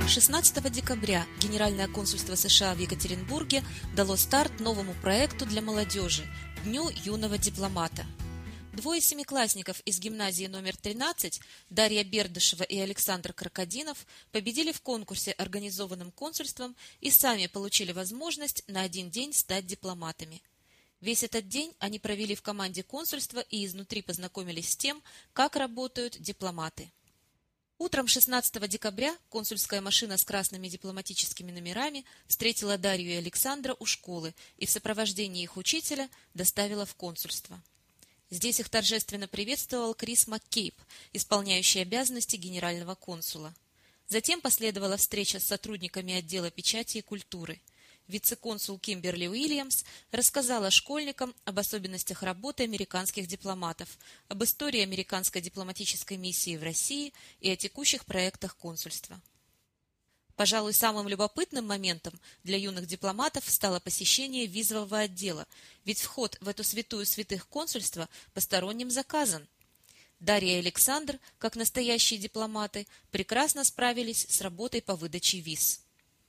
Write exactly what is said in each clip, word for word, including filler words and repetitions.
шестнадцатого декабря Генеральное консульство США в Екатеринбурге дало старт новому проекту для молодежи – Дню юного дипломата. Двое семиклассников из гимназии номер тринадцать, Дарья Бердышева и Александр Крокодинов, победили в конкурсе, организованном консульством, и сами получили возможность на один день стать дипломатами. Весь этот день они провели в команде консульства и изнутри познакомились с тем, как работают дипломаты. Утром шестнадцатого декабря консульская машина с красными дипломатическими номерами встретила Дарью и Александра у школы и в сопровождении их учителя доставила в консульство. Здесь их торжественно приветствовал Крис Маккейб, исполняющий обязанности генерального консула. Затем последовала встреча с сотрудниками отдела печати и культуры. Вице-консул Кимберли Уильямс рассказала школьникам об особенностях работы американских дипломатов, об истории американской дипломатической миссии в России и о текущих проектах консульства. Пожалуй, самым любопытным моментом для юных дипломатов стало посещение визового отдела, ведь вход в эту святую святых консульства посторонним заказан. Дарья и Александр, как настоящие дипломаты, прекрасно справились с работой по выдаче виз.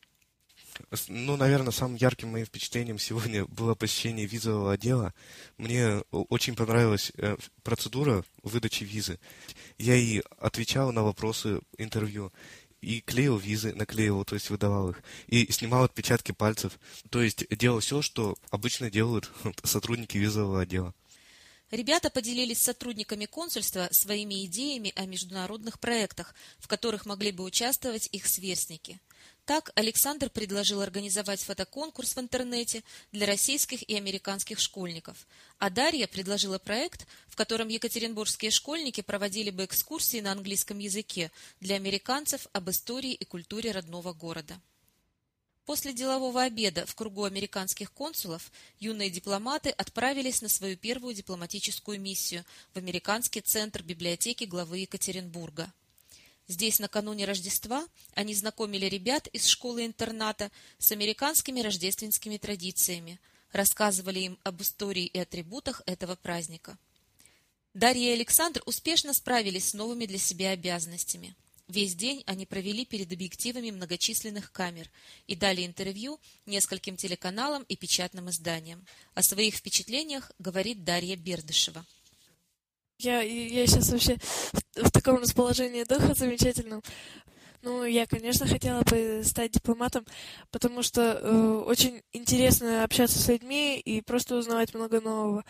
Ну, наверное, самым ярким моим впечатлением сегодня было посещение визового отдела. Мне очень понравилась процедура выдачи визы. Я и отвечал на вопросы интервью, и клеил визы, наклеивал, то есть выдавал их, и снимал отпечатки пальцев. То есть делал все, что обычно делают сотрудники визового отдела. Ребята поделились с сотрудниками консульства своими идеями о международных проектах, в которых могли бы участвовать их сверстники. Так, Александр предложил организовать фотоконкурс в интернете для российских и американских школьников, а Дарья предложила проект, в котором екатеринбургские школьники проводили бы экскурсии на английском языке для американцев об истории и культуре родного города. После делового обеда в кругу американских консулов юные дипломаты отправились на свою первую дипломатическую миссию в Американский центр библиотеки главы Екатеринбурга. Здесь накануне Рождества они знакомили ребят из школы-интерната с американскими рождественскими традициями, рассказывали им об истории и атрибутах этого праздника. Дарья и Александр успешно справились с новыми для себя обязанностями. Весь день они провели перед объективами многочисленных камер и дали интервью нескольким телеканалам и печатным изданиям. О своих впечатлениях говорит Дарья Бердышева. Я, я сейчас вообще в, в таком расположении духа замечательном. Ну, я, конечно, хотела бы стать дипломатом, потому что э, очень интересно общаться с людьми и просто узнавать много нового.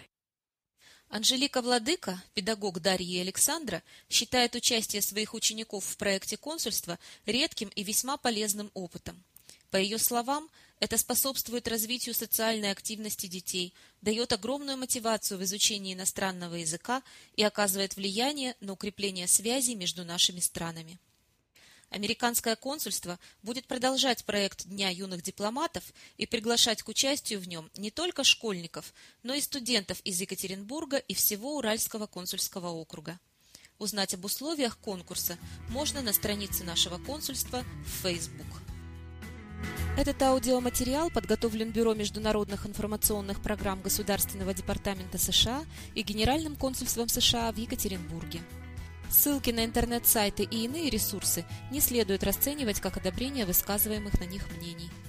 Анжелика Владыка, педагог Дарьи и Александра, считает участие своих учеников в проекте консульства редким и весьма полезным опытом. По ее словам, это способствует развитию социальной активности детей, дает огромную мотивацию в изучении иностранного языка и оказывает влияние на укрепление связей между нашими странами. Американское консульство будет продолжать проект Дня юных дипломатов и приглашать к участию в нем не только школьников, но и студентов из Екатеринбурга и всего Уральского консульского округа. Узнать об условиях конкурса можно на странице нашего консульства в Facebook. Этот аудиоматериал подготовлен Бюро международных информационных программ Государственного департамента США и Генеральным консульством США в Екатеринбурге. Ссылки на интернет-сайты и иные ресурсы не следует расценивать как одобрение высказываемых на них мнений.